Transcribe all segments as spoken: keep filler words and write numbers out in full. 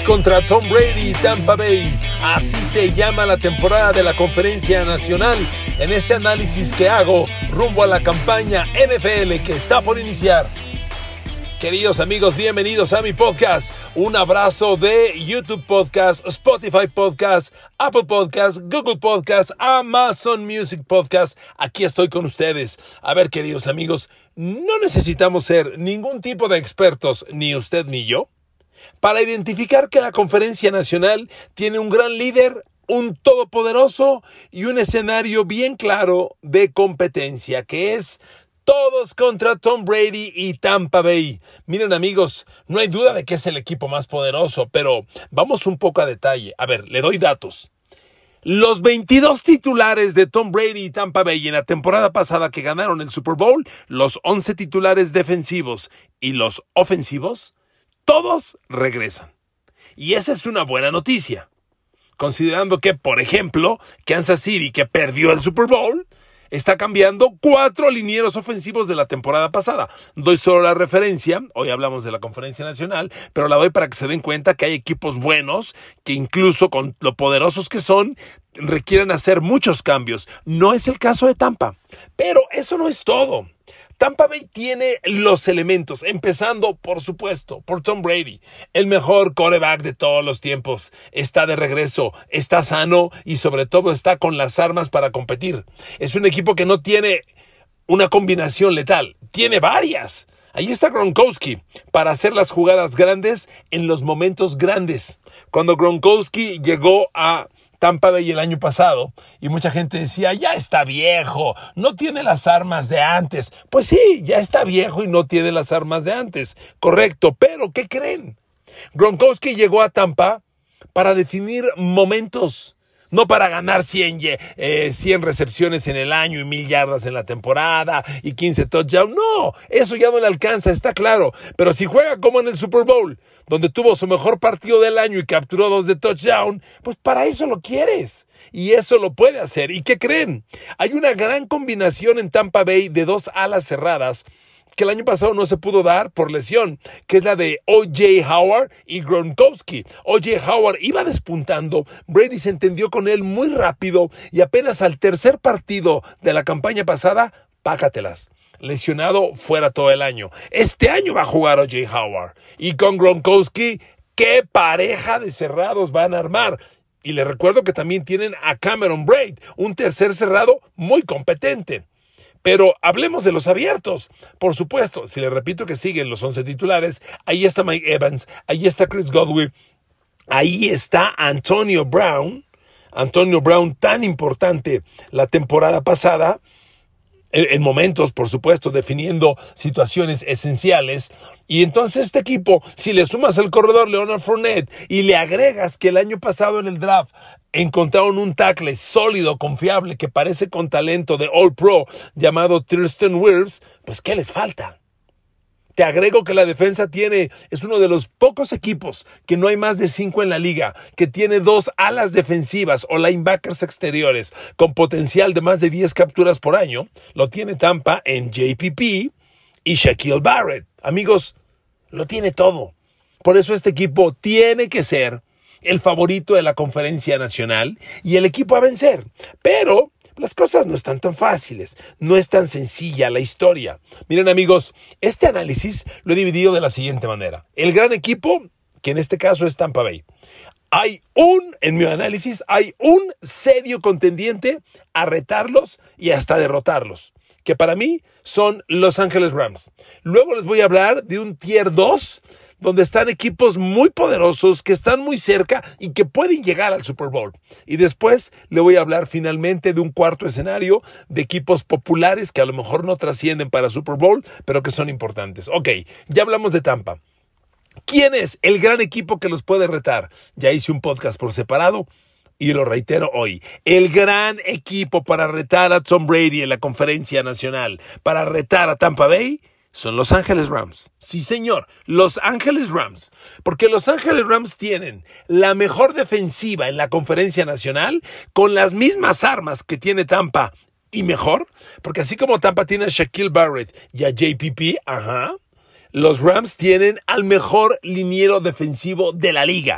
contra Tom Brady y Tampa Bay. Así se llama la temporada de la Conferencia Nacional en este análisis que hago rumbo a la campaña N F L que está por iniciar. Queridos amigos, bienvenidos a mi podcast. Un abrazo de YouTube Podcast, Spotify Podcast, Apple Podcast, Google Podcast, Amazon Music Podcast. Aquí estoy con ustedes. A ver, queridos amigos, no necesitamos ser ningún tipo de expertos, ni usted ni yo, para identificar que la Conferencia Nacional tiene un gran líder, un todopoderoso y un escenario bien claro de competencia, que es todos contra Tom Brady y Tampa Bay. Miren amigos, no hay duda de que es el equipo más poderoso, pero vamos un poco a detalle. A ver, le doy datos. Los veintidós titulares de Tom Brady y Tampa Bay en la temporada pasada que ganaron el Super Bowl, los once titulares defensivos y los ofensivos, todos regresan. Y esa es una buena noticia, considerando que, por ejemplo, Kansas City, que perdió el Super Bowl, está cambiando cuatro linieros ofensivos de la temporada pasada. Doy solo la referencia, hoy hablamos de la Conferencia Nacional, pero la doy para que se den cuenta que hay equipos buenos que incluso con lo poderosos que son, requieren hacer muchos cambios. No es el caso de Tampa, pero eso no es todo. Tampa Bay tiene los elementos, empezando, por supuesto, por Tom Brady, el mejor quarterback de todos los tiempos. Está de regreso, está sano y sobre todo está con las armas para competir. Es un equipo que no tiene una combinación letal, tiene varias. Ahí está Gronkowski para hacer las jugadas grandes en los momentos grandes. Cuando Gronkowski llegó a Tampa Bay el año pasado y mucha gente decía, ya está viejo, no tiene las armas de antes. Pues sí, ya está viejo y no tiene las armas de antes, correcto, pero ¿qué creen? Gronkowski llegó a Tampa para definir momentos, no para ganar cien, eh, cien recepciones en el año y mil yardas en la temporada y quince touchdowns. No, eso ya no le alcanza, está claro. Pero si juega como en el Super Bowl, donde tuvo su mejor partido del año y capturó dos de touchdown, pues para eso lo quieres. Y eso lo puede hacer. ¿Y qué creen? Hay una gran combinación en Tampa Bay de dos alas cerradas que el año pasado no se pudo dar por lesión, que es la de O J Howard y Gronkowski. O J Howard iba despuntando, Brady se entendió con él muy rápido y apenas al tercer partido de la campaña pasada, pácatelas. Lesionado fuera todo el año. Este año va a jugar O J Howard. Y con Gronkowski, ¿qué pareja de cerrados van a armar? Y les recuerdo que también tienen a Cameron Brate, un tercer cerrado muy competente. Pero hablemos de los abiertos. Por supuesto, si les repito que siguen los once titulares, ahí está Mike Evans, ahí está Chris Godwin, ahí está Antonio Brown. Antonio Brown, tan importante la temporada pasada, en, en momentos, por supuesto, definiendo situaciones esenciales. Y entonces este equipo, si le sumas al corredor Leonard Fournette y le agregas que el año pasado en el draft encontraron un tackle sólido, confiable, que parece con talento de All Pro, llamado Tristan Wirfs, pues ¿qué les falta? Te agrego que la defensa tiene, es uno de los pocos equipos que no hay más de cinco en la liga, que tiene dos alas defensivas o linebackers exteriores con potencial de más de diez capturas por año. Lo tiene Tampa en J P P y Shaquille Barrett. Amigos, lo tiene todo. Por eso este equipo tiene que ser el favorito de la Conferencia Nacional y el equipo a vencer. Pero las cosas no están tan fáciles, no es tan sencilla la historia. Miren amigos, este análisis lo he dividido de la siguiente manera. El gran equipo, que en este caso es Tampa Bay. Hay un, en mi análisis, hay un serio contendiente a retarlos y hasta derrotarlos, que para mí son Los Ángeles Rams. Luego les voy a hablar de un tier dos, donde están equipos muy poderosos, que están muy cerca y que pueden llegar al Super Bowl. Y después le voy a hablar finalmente de un cuarto escenario de equipos populares que a lo mejor no trascienden para Super Bowl, pero que son importantes. Ok, ya hablamos de Tampa. ¿Quién es el gran equipo que los puede retar? Ya hice un podcast por separado y lo reitero hoy. El gran equipo para retar a Tom Brady en la Conferencia Nacional, para retar a Tampa Bay, son Los Ángeles Rams. Sí, señor, Los Ángeles Rams. Porque Los Ángeles Rams tienen la mejor defensiva en la Conferencia Nacional con las mismas armas que tiene Tampa y mejor. Porque así como Tampa tiene a Shaquille Barrett y a J P P, ajá, los Rams tienen al mejor liniero defensivo de la liga.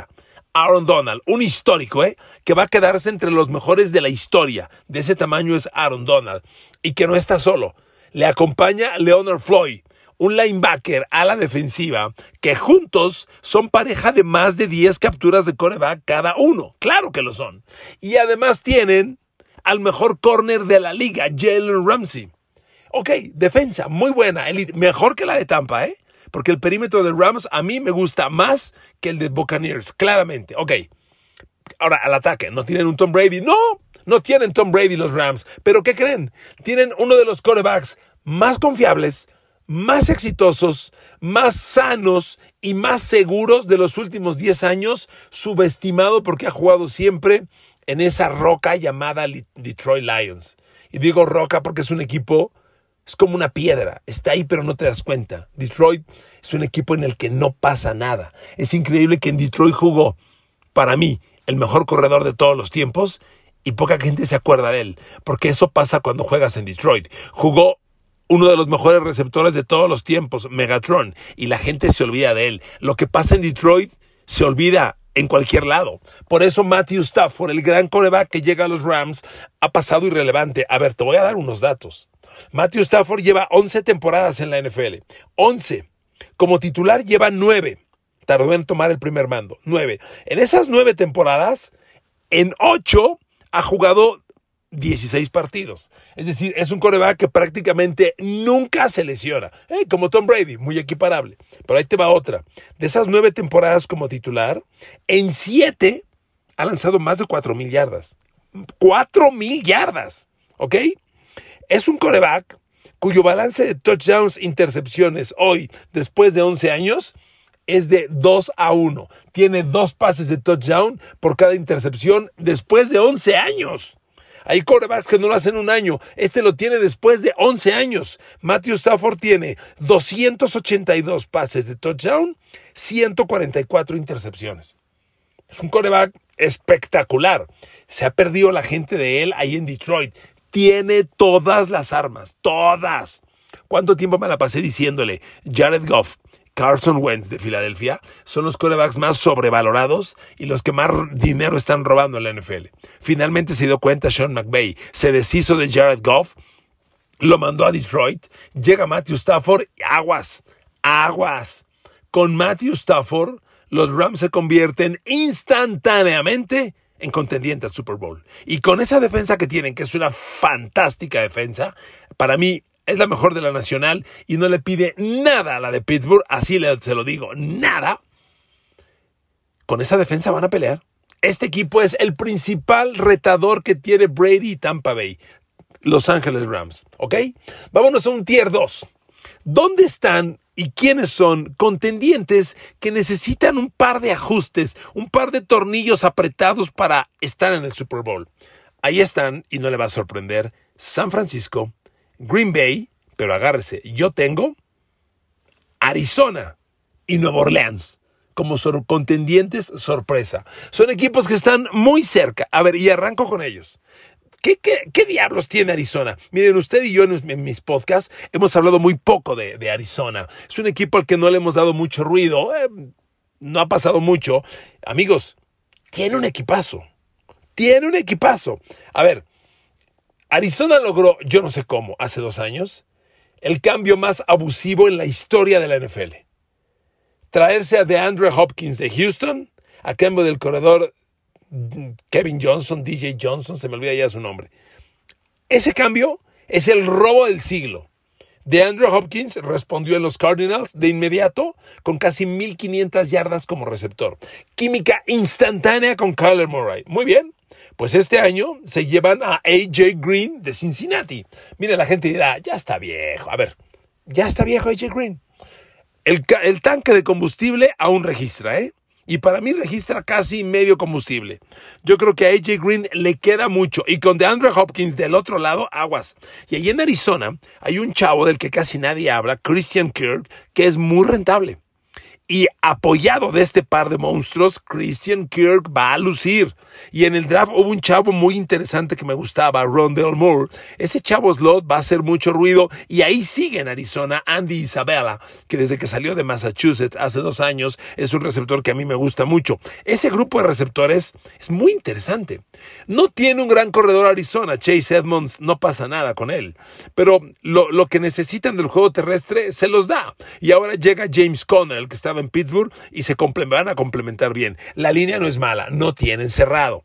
Aaron Donald, un histórico, ¿eh? Que va a quedarse entre los mejores de la historia. De ese tamaño es Aaron Donald. Y que no está solo. Le acompaña Leonard Floyd, un linebacker a la defensiva, que juntos son pareja de más de diez capturas de quarterback cada uno. Claro que lo son. Y además tienen al mejor corner de la liga, Jalen Ramsey. Ok, defensa, muy buena, elite, mejor que la de Tampa, ¿eh? Porque el perímetro de Rams a mí me gusta más que el de Buccaneers, claramente. Ok, ahora al ataque, ¿no tienen un Tom Brady? No, no tienen Tom Brady los Rams. ¿Pero qué creen? Tienen uno de los quarterbacks más confiables, más exitosos, más sanos y más seguros de los últimos diez años, subestimado porque ha jugado siempre en esa roca llamada Detroit Lions. Y digo roca porque es un equipo... Es como una piedra, está ahí pero no te das cuenta. Detroit es un equipo en el que no pasa nada. Es increíble que en Detroit jugó, para mí, el mejor corredor de todos los tiempos y poca gente se acuerda de él, porque eso pasa cuando juegas en Detroit. Jugó uno de los mejores receptores de todos los tiempos, Megatron, y la gente se olvida de él. Lo que pasa en Detroit se olvida en cualquier lado. Por eso Matthew Stafford, el gran quarterback que llega a los Rams, ha pasado irrelevante. A ver, te voy a dar unos datos. Matthew Stafford lleva once temporadas en la N F L. once. Como titular lleva nueve. Tardó en tomar el primer mando. nueve. En esas nueve temporadas, en ocho ha jugado dieciséis partidos. Es decir, es un quarterback que prácticamente nunca se lesiona. Eh, como Tom Brady, muy equiparable. Pero ahí te va otra. De esas nueve temporadas como titular, en siete ha lanzado más de cuatro mil yardas. cuatro mil yardas. ¿Ok? Es un quarterback cuyo balance de touchdowns, intercepciones hoy, después de once años, es de dos a uno. Tiene dos pases de touchdown por cada intercepción después de once años. Hay quarterbacks que no lo hacen un año. Este lo tiene después de once años. Matthew Stafford tiene doscientos ochenta y dos pases de touchdown, ciento cuarenta y cuatro intercepciones. Es un quarterback espectacular. Se ha perdido la gente de él ahí en Detroit. Tiene todas las armas, todas. ¿Cuánto tiempo me la pasé diciéndole? Jared Goff, Carson Wentz de Filadelfia son los quarterbacks más sobrevalorados y los que más dinero están robando en la N F L. Finalmente se dio cuenta Sean McVay, se deshizo de Jared Goff, lo mandó a Detroit, llega Matthew Stafford, aguas, aguas. Con Matthew Stafford, los Rams se convierten instantáneamente en contendiente al Super Bowl. Y con esa defensa que tienen, que es una fantástica defensa, para mí es la mejor de la nacional y no le pide nada a la de Pittsburgh, así le, se lo digo, nada. Con esa defensa van a pelear. Este equipo es el principal retador que tiene Brady y Tampa Bay, Los Ángeles Rams, ¿ok? Vámonos a un tier dos. ¿Dónde están y quiénes son contendientes que necesitan un par de ajustes, un par de tornillos apretados para estar en el Super Bowl? Ahí están, y no le va a sorprender, San Francisco, Green Bay, pero agárrese, yo tengo Arizona y Nueva Orleans como sor- contendientes sorpresa. Son equipos que están muy cerca. A ver, y arranco con ellos. ¿Qué, qué, qué diablos tiene Arizona? Miren, usted y yo en, en mis podcasts hemos hablado muy poco de, de Arizona. Es un equipo al que no le hemos dado mucho ruido. Eh, no ha pasado mucho. Amigos, tiene un equipazo. Tiene un equipazo. A ver, Arizona logró, yo no sé cómo, hace dos años, el cambio más abusivo en la historia de la N F L. Traerse a DeAndre Hopkins de Houston, a cambio del corredor Kevin Johnson, D J Johnson, se me olvida ya su nombre. Ese cambio es el robo del siglo. DeAndre Hopkins respondió en los Cardinals de inmediato con casi mil quinientas yardas como receptor. Química instantánea con Kyler Murray. Muy bien. Pues este año se llevan a A J Green de Cincinnati. Mira, la gente dirá, ya está viejo. A ver, ya está viejo A J Green. El, el tanque de combustible aún registra, ¿eh? Y para mí registra casi medio combustible. Yo creo que a A J Green le queda mucho. Y con DeAndre Hopkins del otro lado, aguas. Y allí en Arizona hay un chavo del que casi nadie habla, Christian Kirk, que es muy rentable. Y apoyado de este par de monstruos, Christian Kirk va a lucir. Y en el draft hubo un chavo muy interesante que me gustaba, Rondale Moore. Ese chavo slot va a hacer mucho ruido. Y ahí sigue en Arizona Andy Isabella, que desde que salió de Massachusetts hace dos años es un receptor que a mí me gusta mucho. Ese grupo de receptores es muy interesante. No tiene un gran corredor Arizona. Chase Edmonds, no pasa nada con él. Pero lo, lo que necesitan del juego terrestre se los da. Y ahora llega James Conner, el que estaba en Pittsburgh, y se van a complementar bien. La línea no es mala, no tienen cerrado.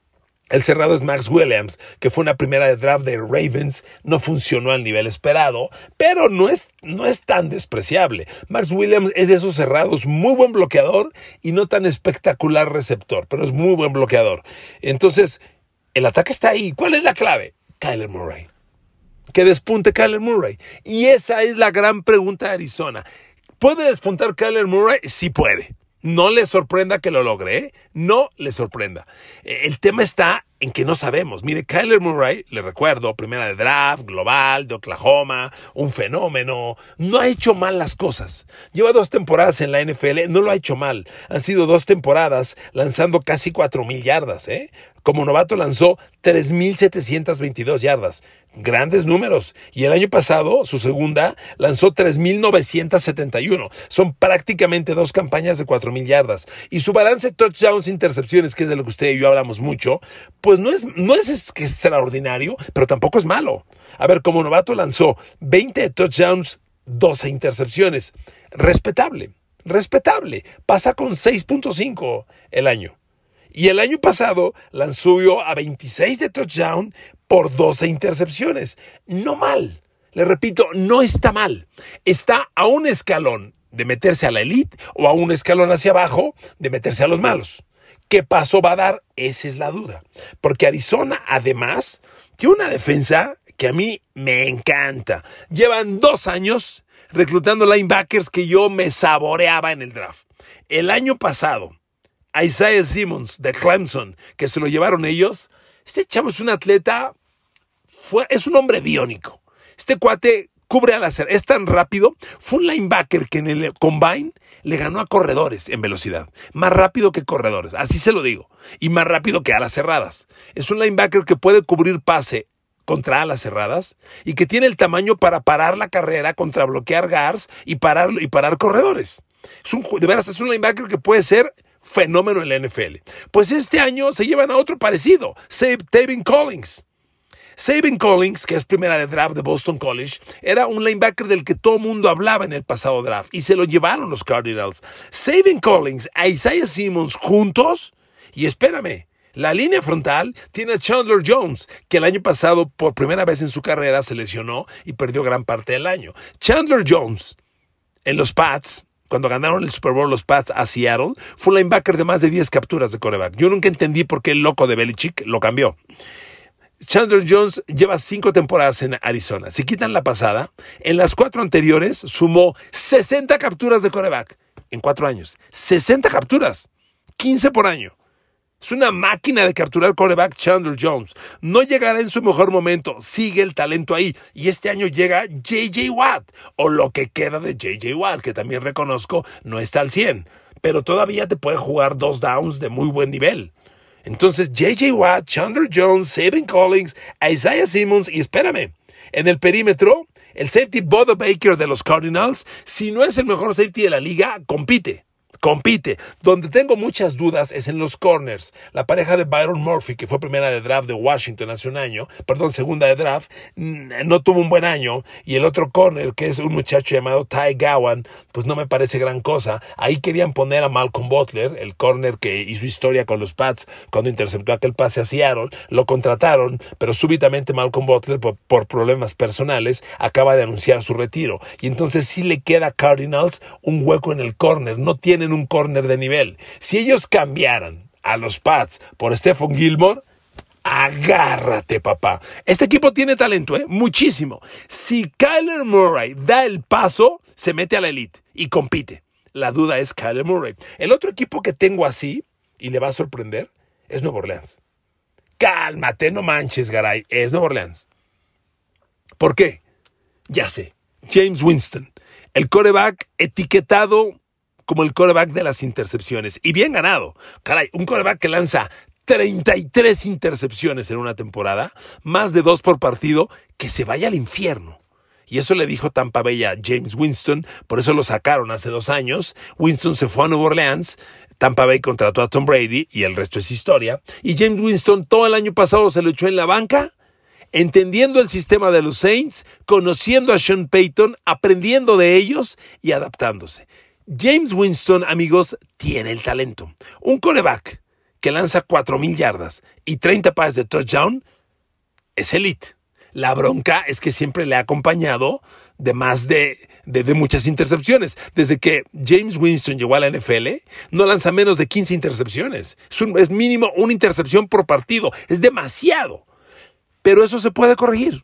El cerrado es Max Williams, que fue una primera de draft de Ravens, no funcionó al nivel esperado, pero no es, no es tan despreciable. Max Williams es de esos cerrados, muy buen bloqueador y no tan espectacular receptor, pero es muy buen bloqueador. Entonces, el ataque está ahí. ¿Cuál es la clave? Kyler Murray. Que despunte Kyler Murray. Y esa es la gran pregunta de Arizona. ¿Puede despuntar Kyler Murray? Sí puede. No le sorprenda que lo logre, ¿eh? No le sorprenda. El tema está en que no sabemos. Mire, Kyler Murray, le recuerdo, primera de draft, global, de Oklahoma, un fenómeno. No ha hecho mal las cosas. Lleva dos temporadas en la N F L, no lo ha hecho mal. Han sido dos temporadas lanzando casi cuatro mil yardas, ¿eh? Como novato lanzó tres mil setecientas veintidós yardas. Grandes números. Y el año pasado, su segunda, lanzó tres mil novecientas setenta y uno. Son prácticamente dos campañas de cuatro mil yardas. Y su balance de touchdowns e intercepciones, que es de lo que usted y yo hablamos mucho, pues no es, no es extraordinario, pero tampoco es malo. A ver, como novato lanzó veinte touchdowns, doce intercepciones. Respetable, respetable. Pasa con seis punto cinco el año. Y el año pasado lanzó a veintiséis de touchdown por doce intercepciones. No mal. Le repito, no está mal. Está a un escalón de meterse a la elite o a un escalón hacia abajo de meterse a los malos. ¿Qué paso va a dar? Esa es la duda. Porque Arizona, además, tiene una defensa que a mí me encanta. Llevan dos años reclutando linebackers que yo me saboreaba en el draft. El año pasado, Isaiah Simmons de Clemson, que se lo llevaron ellos. Este chavo es un atleta, fue, es un hombre biónico. Este cuate cubre al hacer, es tan rápido. Fue un linebacker que en el combine le ganó a corredores en velocidad. Más rápido que corredores, así se lo digo. Y más rápido que alas cerradas. Es un linebacker que puede cubrir pase contra alas cerradas y que tiene el tamaño para parar la carrera, contra bloquear guards y parar, y parar corredores. Es un, de veras, es un linebacker que puede ser fenómeno en la N F L. Pues este año se llevan a otro parecido, Tevin Collins. Tevin Collins, que es primera de draft de Boston College, era un linebacker del que todo el mundo hablaba en el pasado draft y se lo llevaron los Cardinals. Tevin Collins a Isaiah Simmons juntos, y espérame, la línea frontal tiene a Chandler Jones, que el año pasado por primera vez en su carrera se lesionó y perdió gran parte del año. Chandler Jones en los Pats, cuando ganaron el Super Bowl los Pats a Seattle, fue un linebacker de más de diez capturas de quarterback. Yo nunca entendí por qué el loco de Belichick lo cambió. Chandler Jones lleva cinco temporadas en Arizona. Si quitan la pasada, en las cuatro anteriores sumó sesenta capturas de quarterback en cuatro años. sesenta capturas, quince por año. Es una máquina de capturar quarterback Chandler Jones. No llegará en su mejor momento. Sigue el talento ahí. Y este año llega J J Watt. O lo que queda de J J Watt, que también reconozco no está al cien. Pero todavía te puede jugar dos downs de muy buen nivel. Entonces J J Watt, Chandler Jones, Tevin Collins, Isaiah Simmons. Y espérame, en el perímetro, el safety Budda Baker de los Cardinals, si no es el mejor safety de la liga, compite. Compite. Donde tengo muchas dudas es en los corners. La pareja de Byron Murphy, que fue primera de draft de Washington hace un año, perdón, segunda de draft, no tuvo un buen año. Y el otro corner, que es un muchacho llamado Ty Gowan, pues no me parece gran cosa. Ahí querían poner a Malcolm Butler, el corner que hizo historia con los Pats cuando interceptó aquel pase a Seattle. Lo contrataron, pero súbitamente Malcolm Butler, por, por problemas personales, acaba de anunciar su retiro. Y entonces sí le queda a Cardinals un hueco en el corner. No tienen un corner de nivel. Si ellos cambiaran a los Pats por Stephon Gilmore, agárrate, papá. Este equipo tiene talento, ¿eh? Muchísimo. Si Kyler Murray da el paso, se mete a la elite y compite. La duda es Kyler Murray. El otro equipo que tengo así, y le va a sorprender, es Nueva Orleans. Cálmate, no manches, garay. Es Nueva Orleans. ¿Por qué? Ya sé. James Winston. El quarterback etiquetado como el quarterback de las intercepciones. Y bien ganado. Caray, un quarterback que lanza treinta y tres intercepciones en una temporada, más de dos por partido, que se vaya al infierno. Y eso le dijo Tampa Bay a James Winston, por eso lo sacaron hace dos años. Winston se fue a Nueva Orleans, Tampa Bay contrató a Tom Brady y el resto es historia. Y James Winston todo el año pasado se lo echó en la banca, entendiendo el sistema de los Saints, conociendo a Sean Payton, aprendiendo de ellos y adaptándose. James Winston, amigos, tiene el talento. Un quarterback que lanza cuatro mil yardas y treinta pases de touchdown es elite. La bronca es que siempre le ha acompañado de más de, de, de muchas intercepciones. Desde que James Winston llegó a la N F L, no lanza menos de quince intercepciones. Es, un, es mínimo una intercepción por partido. Es demasiado. Pero eso se puede corregir.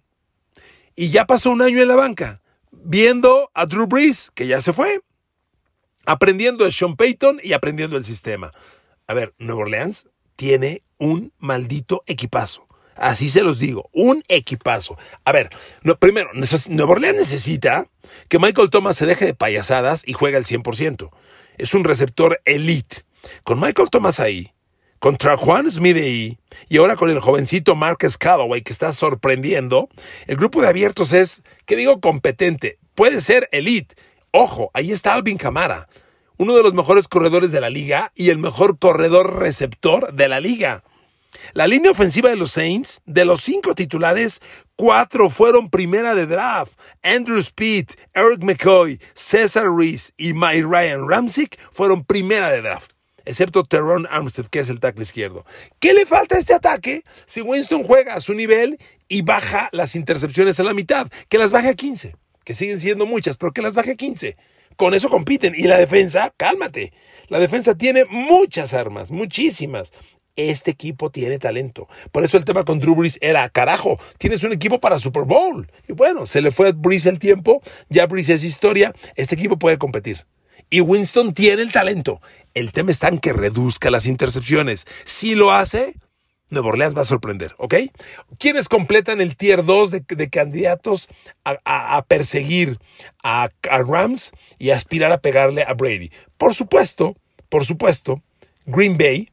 Y ya pasó un año en la banca, viendo a Drew Brees, que ya se fue, aprendiendo de Sean Payton y aprendiendo el sistema. A ver, Nueva Orleans tiene un maldito equipazo. Así se los digo, un equipazo. A ver, no, primero, Nueva Orleans necesita que Michael Thomas se deje de payasadas y juegue al cien por ciento. Es un receptor elite. Con Michael Thomas ahí, con Traquan Smith ahí, y ahora con el jovencito Marcus Callaway que está sorprendiendo, el grupo de abiertos es, ¿qué digo? Competente. Puede ser elite. Ojo, ahí está Alvin Kamara, uno de los mejores corredores de la liga y el mejor corredor receptor de la liga. La línea ofensiva de los Saints, de los cinco titulares, cuatro fueron primera de draft. Andrew Speed, Eric McCoy, Cesar Ruiz y Mike Ryan Ramczyk fueron primera de draft, excepto Terron Armstead, que es el tackle izquierdo. ¿Qué le falta a este ataque si Winston juega a su nivel y baja las intercepciones a la mitad? Que las baje a quince, que siguen siendo muchas, pero que las baje a quince. Con eso compiten. Y la defensa, cálmate. La defensa tiene muchas armas, muchísimas. Este equipo tiene talento. Por eso el tema con Drew Brees era, carajo, tienes un equipo para Super Bowl. Y bueno, se le fue a Brees el tiempo, ya Brees es historia, este equipo puede competir. Y Winston tiene el talento. El tema está en que reduzca las intercepciones. Si lo hace, Nueva Orleans va a sorprender, ¿ok? ¿Quiénes completan el tier dos de, de candidatos a, a, a perseguir a, a Rams y a aspirar a pegarle a Brady? Por supuesto, por supuesto, Green Bay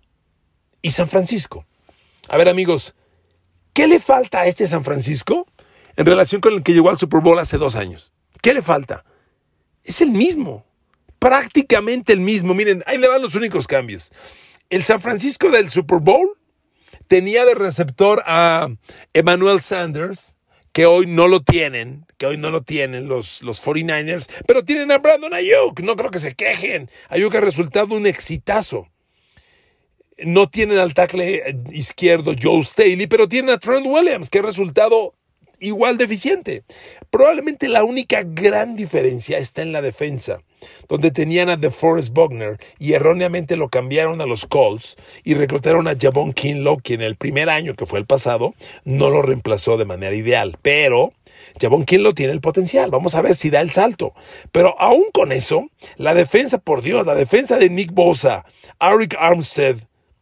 y San Francisco. A ver, amigos, ¿qué le falta a este San Francisco en relación con el que llegó al Super Bowl hace dos años? ¿Qué le falta? Es el mismo, prácticamente el mismo. Miren, ahí le van los únicos cambios. El San Francisco del Super Bowl tenía de receptor a Emmanuel Sanders, que hoy no lo tienen, que hoy no lo tienen los, los cuarenta y nueve ers, pero tienen a Brandon Ayuk, no creo que se quejen. Ayuk ha resultado un exitazo. No tienen al tackle izquierdo Joe Staley, pero tienen a Trent Williams, que ha resultado igual de eficiente. Probablemente la única gran diferencia está en la defensa, donde tenían a DeForest Buckner y erróneamente lo cambiaron a los Colts y reclutaron a Javon Kinlaw, quien el primer año, que fue el pasado, no lo reemplazó de manera ideal. Pero Javon Kinlaw tiene el potencial. Vamos a ver si da el salto. Pero aún con eso, la defensa, por Dios, la defensa de Nick Bosa, Arik Armstead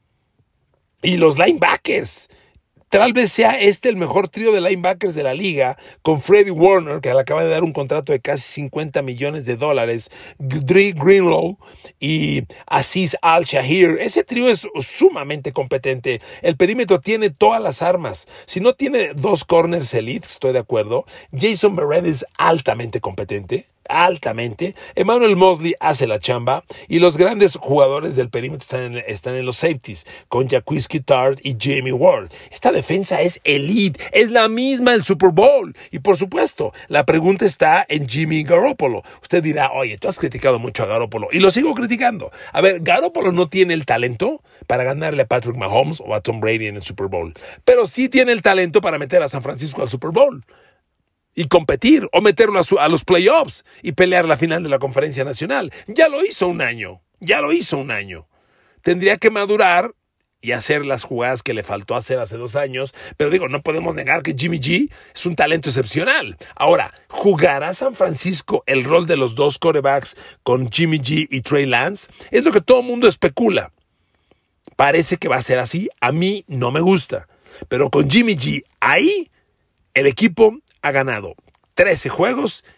y los linebackers. Tal vez sea este el mejor trío de linebackers de la liga, con Freddie Warner, que le acaba de dar un contrato de casi cincuenta millones de dólares, Dre Greenlow y Aziz Al-Shahir. Ese trío es sumamente competente. El perímetro tiene todas las armas. Si no tiene dos corners elite, estoy de acuerdo. Jason Verrett es altamente competente. Altamente. Emmanuel Mosley hace la chamba y los grandes jugadores del perímetro están en, están en los safeties con Jaquiski Tartt y Jamie Ward. Esta defensa es elite, es la misma del Super Bowl. Y por supuesto, la pregunta está en Jimmy Garoppolo. Usted dirá, oye, tú has criticado mucho a Garoppolo y lo sigo criticando. A ver, Garoppolo no tiene el talento para ganarle a Patrick Mahomes o a Tom Brady en el Super Bowl, pero sí tiene el talento para meter a San Francisco al Super Bowl y competir, o meterlo a, su, a los playoffs y pelear la final de la Conferencia Nacional. Ya lo hizo un año, ya lo hizo un año. Tendría que madurar y hacer las jugadas que le faltó hacer hace dos años, pero digo, no podemos negar que Jimmy G es un talento excepcional. Ahora, ¿jugará San Francisco el rol de los dos quarterbacks con Jimmy G y Trey Lance? Es lo que todo el mundo especula. Parece que va a ser así, a mí no me gusta, pero con Jimmy G ahí, el equipo ha ganado trece juegos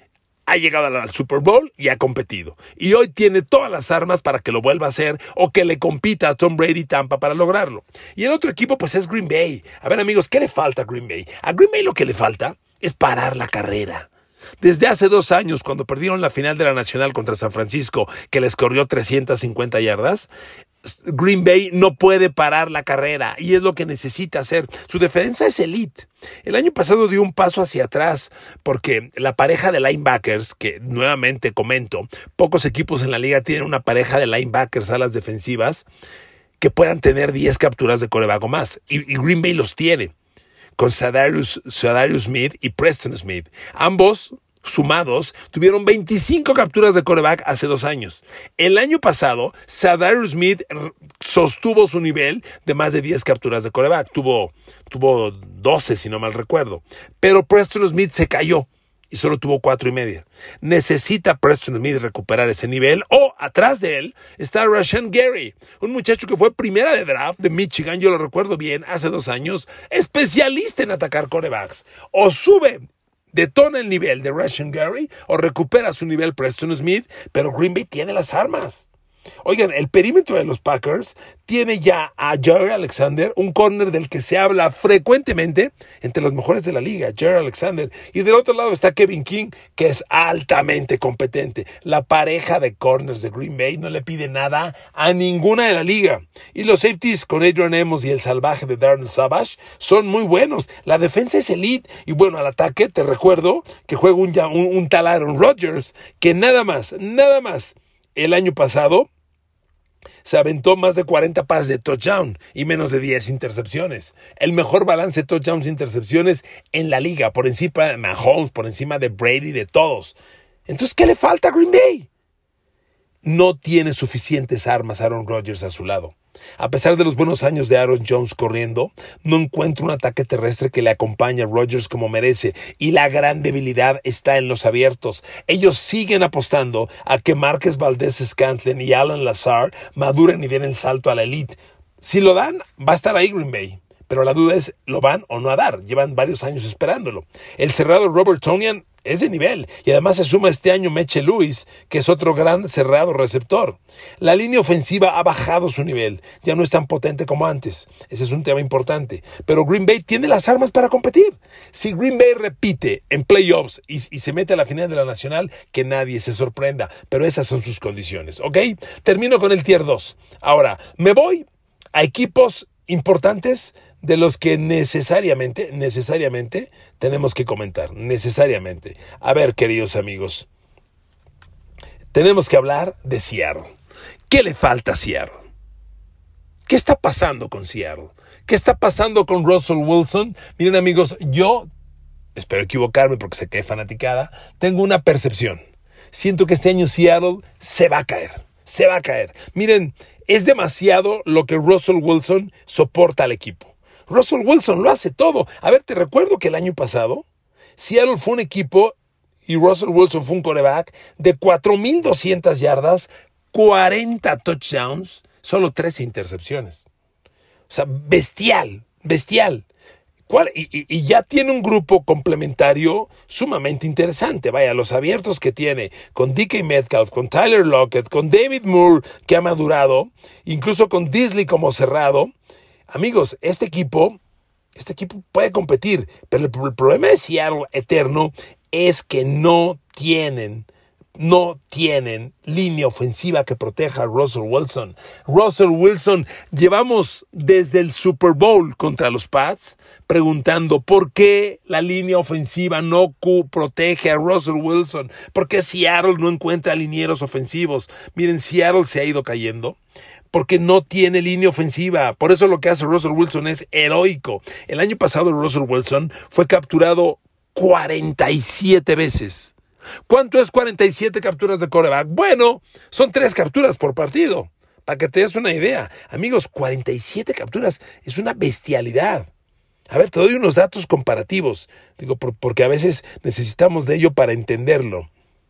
ha llegado al Super Bowl y ha competido. Y hoy tiene todas las armas para que lo vuelva a hacer o que le compita a Tom Brady y Tampa para lograrlo. Y el otro equipo pues es Green Bay. A ver amigos, ¿qué le falta a Green Bay? A Green Bay lo que le falta es parar la carrera. Desde hace dos años, cuando perdieron la final de la Nacional contra San Francisco, que les corrió trescientas cincuenta yardas, Green Bay no puede parar la carrera y es lo que necesita hacer. Su defensa es elite. El año pasado dio un paso hacia atrás porque la pareja de linebackers, que nuevamente comento, pocos equipos en la liga tienen una pareja de linebackers a las defensivas que puedan tener diez capturas de quarterback o más. Y, y Green Bay los tiene con Za'Darius, Za'Darius Smith y Preston Smith. Ambos sumados, tuvieron veinticinco capturas de quarterback hace dos años. El año pasado, Za'Darius Smith sostuvo su nivel de más de diez capturas de quarterback. Tuvo, tuvo doce, si no mal recuerdo. Pero Preston Smith se cayó y solo tuvo cuatro y media. Necesita Preston Smith recuperar ese nivel, o atrás de él está Rashan Gary, un muchacho que fue primera de draft de Michigan, yo lo recuerdo bien, hace dos años, especialista en atacar quarterbacks. O sube, detona el nivel de Rashan Gary o recupera su nivel Preston Smith, pero Green Bay tiene las armas. Oigan, el perímetro de los Packers tiene ya a Jaire Alexander, un corner del que se habla frecuentemente entre los mejores de la liga, Jaire Alexander. Y del otro lado está Kevin King, que es altamente competente. La pareja de corners de Green Bay no le pide nada a ninguna de la liga. Y los safeties con Adrian Amos y el salvaje de Darnell Savage son muy buenos. La defensa es elite. Y bueno, al ataque te recuerdo que juega un, un, un tal Aaron Rodgers, que nada más, nada más, el año pasado se aventó más de cuarenta pases de touchdown y menos de diez intercepciones. El mejor balance de touchdowns e intercepciones en la liga, por encima de Mahomes, por encima de Brady, de todos. Entonces, ¿qué le falta a Green Bay? No tiene suficientes armas Aaron Rodgers a su lado. A pesar de los buenos años de Aaron Jones corriendo, no encuentra un ataque terrestre que le acompañe a Rodgers como merece, y la gran debilidad está en los abiertos. Ellos siguen apostando a que Marquez Valdez-Scantling y Alan Lazard maduren y den el salto a la elite. Si lo dan, va a estar ahí Green Bay. Pero la duda es, ¿lo van o no a dar? Llevan varios años esperándolo. El cerrado Robert Tonyan es de nivel, y además se suma este año Meche Lewis, que es otro gran cerrado receptor. La línea ofensiva ha bajado su nivel, ya no es tan potente como antes. Ese es un tema importante. Pero Green Bay tiene las armas para competir. Si Green Bay repite en playoffs y, y se mete a la final de la Nacional, que nadie se sorprenda. Pero esas son sus condiciones, ¿ok? Termino con el Tier dos. Ahora, me voy a equipos importantes de los que necesariamente, necesariamente tenemos que comentar, necesariamente. A ver, queridos amigos, tenemos que hablar de Seattle. ¿Qué le falta a Seattle? ¿Qué está pasando con Seattle? ¿Qué está pasando con Russell Wilson? Miren amigos, yo, espero equivocarme porque sé que hay fanaticada, tengo una percepción. Siento que este año Seattle se va a caer, se va a caer. Miren, es demasiado lo que Russell Wilson soporta al equipo. Russell Wilson lo hace todo. A ver, te recuerdo que el año pasado Seattle fue un equipo y Russell Wilson fue un quarterback de cuatro mil doscientas yardas, cuarenta touchdowns, solo trece intercepciones. O sea, bestial, bestial. ¿Cuál? Y, y, y ya tiene un grupo complementario sumamente interesante. Vaya, los abiertos que tiene con D K Metcalf, con Tyler Lockett, con David Moore, que ha madurado, incluso con Disley como cerrado. Amigos, este equipo, este equipo puede competir, pero el, el problema de Seattle eterno es que no tienen, no tienen línea ofensiva que proteja a Russell Wilson. Russell Wilson, llevamos desde el Super Bowl contra los Pats preguntando por qué la línea ofensiva no protege a Russell Wilson, por qué Seattle no encuentra linieros ofensivos. Miren, Seattle se ha ido cayendo porque no tiene línea ofensiva. Por eso lo que hace Russell Wilson es heroico. El año pasado Russell Wilson fue capturado cuarenta y siete veces. ¿Cuánto es cuarenta y siete capturas de quarterback? Bueno, son tres capturas por partido. Para que te des una idea. Amigos, cuarenta y siete capturas es una bestialidad. A ver, te doy unos datos comparativos. Digo, por, porque a veces necesitamos de ello para entenderlo.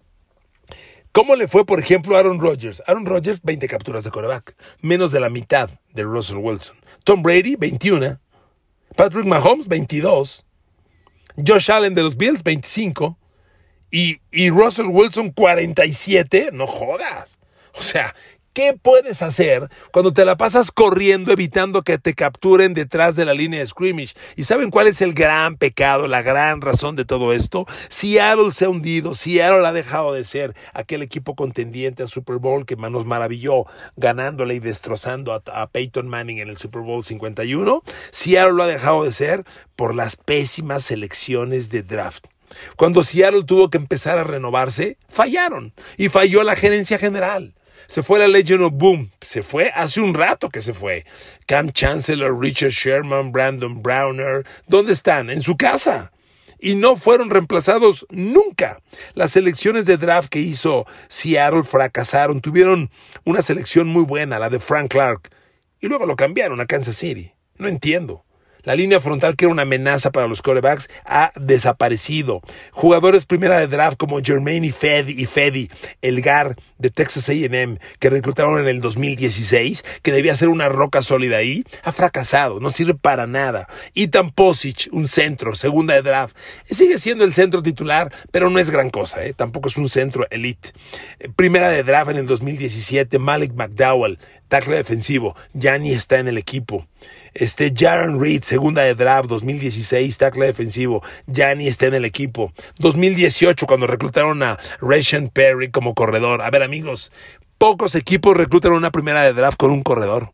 ¿Cómo le fue, por ejemplo, a Aaron Rodgers? Aaron Rodgers, veinte capturas de quarterback. Menos de la mitad de Russell Wilson. Tom Brady, veintiuno. Patrick Mahomes, veintidós. Josh Allen de los Bills, veinticinco. y, y Russell Wilson cuarenta y siete, no jodas. O sea, ¿qué puedes hacer cuando te la pasas corriendo evitando que te capturen detrás de la línea de scrimmage? ¿Y saben cuál es el gran pecado, la gran razón de todo esto? Seattle se ha hundido, Seattle ha dejado de ser aquel equipo contendiente a Super Bowl que nos maravilló ganándole y destrozando a, a Peyton Manning en el Super Bowl cincuenta y uno. Seattle lo ha dejado de ser por las pésimas selecciones de draft. Cuando Seattle tuvo que empezar a renovarse, fallaron y falló la gerencia general. Se fue la Legion of Boom. Se fue hace un rato que se fue. Cam Chancellor, Richard Sherman, Brandon Browner. ¿Dónde están? En su casa. Y no fueron reemplazados nunca. Las selecciones de draft que hizo Seattle fracasaron. Tuvieron una selección muy buena, la de Frank Clark. Y luego lo cambiaron a Kansas City. No entiendo. La línea frontal, que era una amenaza para los quarterbacks, ha desaparecido. Jugadores primera de draft como Jermaine Ifedi, Ifedi el guard de Texas A and M, que reclutaron en el dos mil dieciséis, que debía ser una roca sólida ahí, ha fracasado, no sirve para nada. Ethan Posich, un centro, segunda de draft, sigue siendo el centro titular, pero no es gran cosa, ¿eh? Tampoco es un centro elite. Primera de draft en el dos mil diecisiete, Malik McDowell, tackle defensivo, ya ni está en el equipo. Este Jaron Reed, segunda de draft, dos mil dieciséis, tackle defensivo, ya ni está en el equipo. dos mil dieciocho, cuando reclutaron a Rashan Perry como corredor. A ver, amigos, pocos equipos reclutan una primera de draft con un corredor.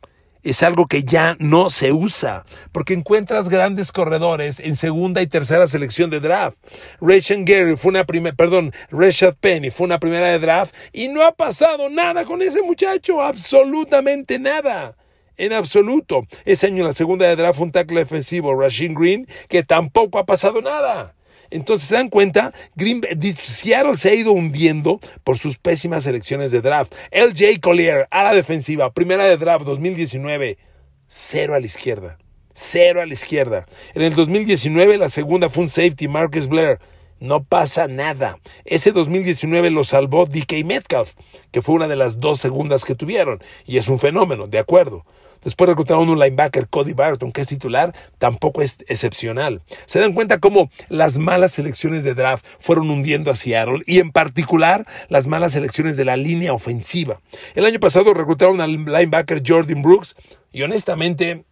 Es algo que ya no se usa, porque encuentras grandes corredores en segunda y tercera selección de draft. Rashan Gary fue una primera, perdón, Rashad Penny fue una primera de draft y no ha pasado nada con ese muchacho, absolutamente nada. En absoluto. Ese año en la segunda de draft fue un tackle defensivo, Rasheem Green, que tampoco ha pasado nada. Entonces, ¿se dan cuenta? Green, Seattle se ha ido hundiendo por sus pésimas selecciones de draft. L J Collier, ala defensiva, primera de draft, dos mil diecinueve, cero a la izquierda. Cero a la izquierda. En el dos mil diecinueve, la segunda fue un safety, Marcus Blair. No pasa nada. Ese dos mil diecinueve lo salvó D K Metcalf, que fue una de las dos segundas que tuvieron. Y es un fenómeno, de acuerdo. Después reclutaron un linebacker, Cody Barton, que es titular, tampoco es excepcional. Se dan cuenta cómo las malas selecciones de draft fueron hundiendo a Seattle, y en particular las malas selecciones de la línea ofensiva. El año pasado reclutaron al linebacker Jordan Brooks, y honestamente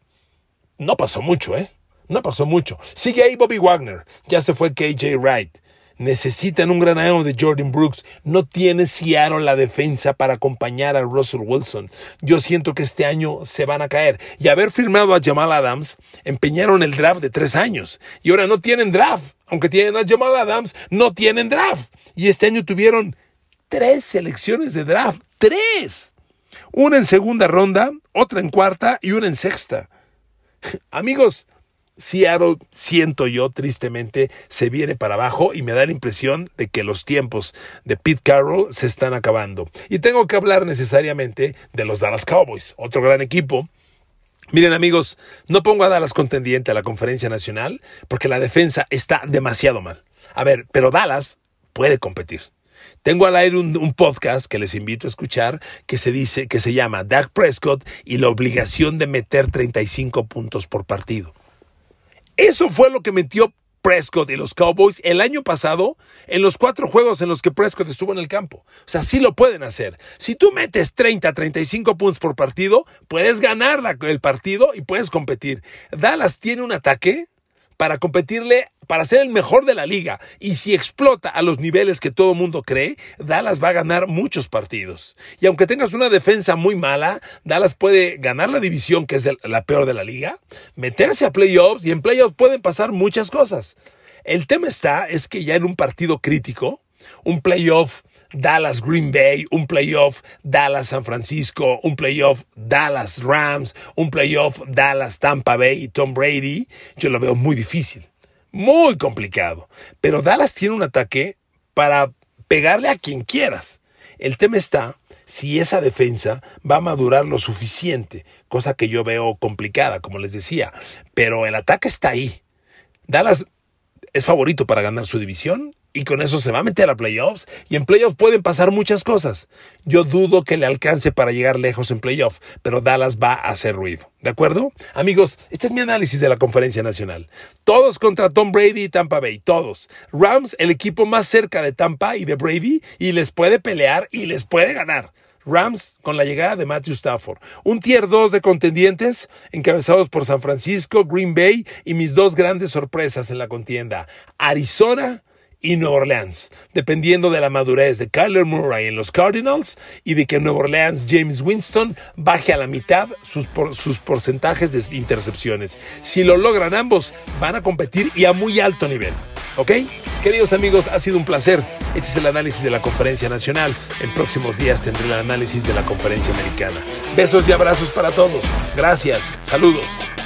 no pasó mucho, ¿eh? No pasó mucho. Sigue ahí Bobby Wagner, ya se fue K J Wright. Necesitan un gran año de Jordan Brooks. No tiene Seattle la defensa para acompañar a Russell Wilson. Yo siento que este año se van a caer. Y haber firmado a Jamal Adams, empeñaron el draft de tres años. Y ahora no tienen draft. Aunque tienen a Jamal Adams, no tienen draft. Y este año tuvieron tres selecciones de draft. ¡Tres! Una en segunda ronda, otra en cuarta y una en sexta. Amigos, Seattle, siento yo, tristemente, se viene para abajo y me da la impresión de que los tiempos de Pete Carroll se están acabando. Y tengo que hablar necesariamente de los Dallas Cowboys, otro gran equipo. Miren, amigos, no pongo a Dallas contendiente a la Conferencia Nacional porque la defensa está demasiado mal. A ver, pero Dallas puede competir. Tengo al aire un, un podcast que les invito a escuchar que se dice, que se llama Dak Prescott y la obligación de meter treinta y cinco puntos por partido. Eso fue lo que metió Prescott y los Cowboys el año pasado en los cuatro juegos en los que Prescott estuvo en el campo. O sea, sí lo pueden hacer. Si tú metes treinta, treinta y cinco puntos por partido, puedes ganar la, el partido y puedes competir. Dallas tiene un ataque para competirle, para ser el mejor de la liga. Y si explota a los niveles que todo mundo cree, Dallas va a ganar muchos partidos. Y aunque tengas una defensa muy mala, Dallas puede ganar la división, que es de la peor de la liga, meterse a playoffs, y en playoffs pueden pasar muchas cosas. El tema está, es que ya en un partido crítico, un playoff Dallas Green Bay, un playoff Dallas San Francisco, un playoff Dallas Rams, un playoff Dallas Tampa Bay y Tom Brady, yo lo veo muy difícil, muy complicado. Pero Dallas tiene un ataque para pegarle a quien quieras. El tema está si esa defensa va a madurar lo suficiente, cosa que yo veo complicada, como les decía, pero el ataque está ahí. Dallas es favorito para ganar su división y con eso se va a meter a playoffs, y en playoffs pueden pasar muchas cosas. Yo dudo que le alcance para llegar lejos en playoffs, pero Dallas va a hacer ruido, ¿de acuerdo? Amigos, este es mi análisis de la Conferencia Nacional. Todos contra Tom Brady y Tampa Bay, todos. Rams, el equipo más cerca de Tampa y de Brady, y les puede pelear y les puede ganar. Rams con la llegada de Matthew Stafford. Un tier dos de contendientes encabezados por San Francisco, Green Bay y mis dos grandes sorpresas en la contienda, Arizona y Nueva Orleans, dependiendo de la madurez de Kyler Murray en los Cardinals y de que en Nueva Orleans James Winston baje a la mitad sus, por, sus porcentajes de intercepciones. Si lo logran ambos, van a competir y a muy alto nivel. ¿Ok? Queridos amigos, ha sido un placer. Este es el análisis de la Conferencia Nacional. En próximos días tendré el análisis de la Conferencia Americana. Besos y abrazos para todos. Gracias. Saludos.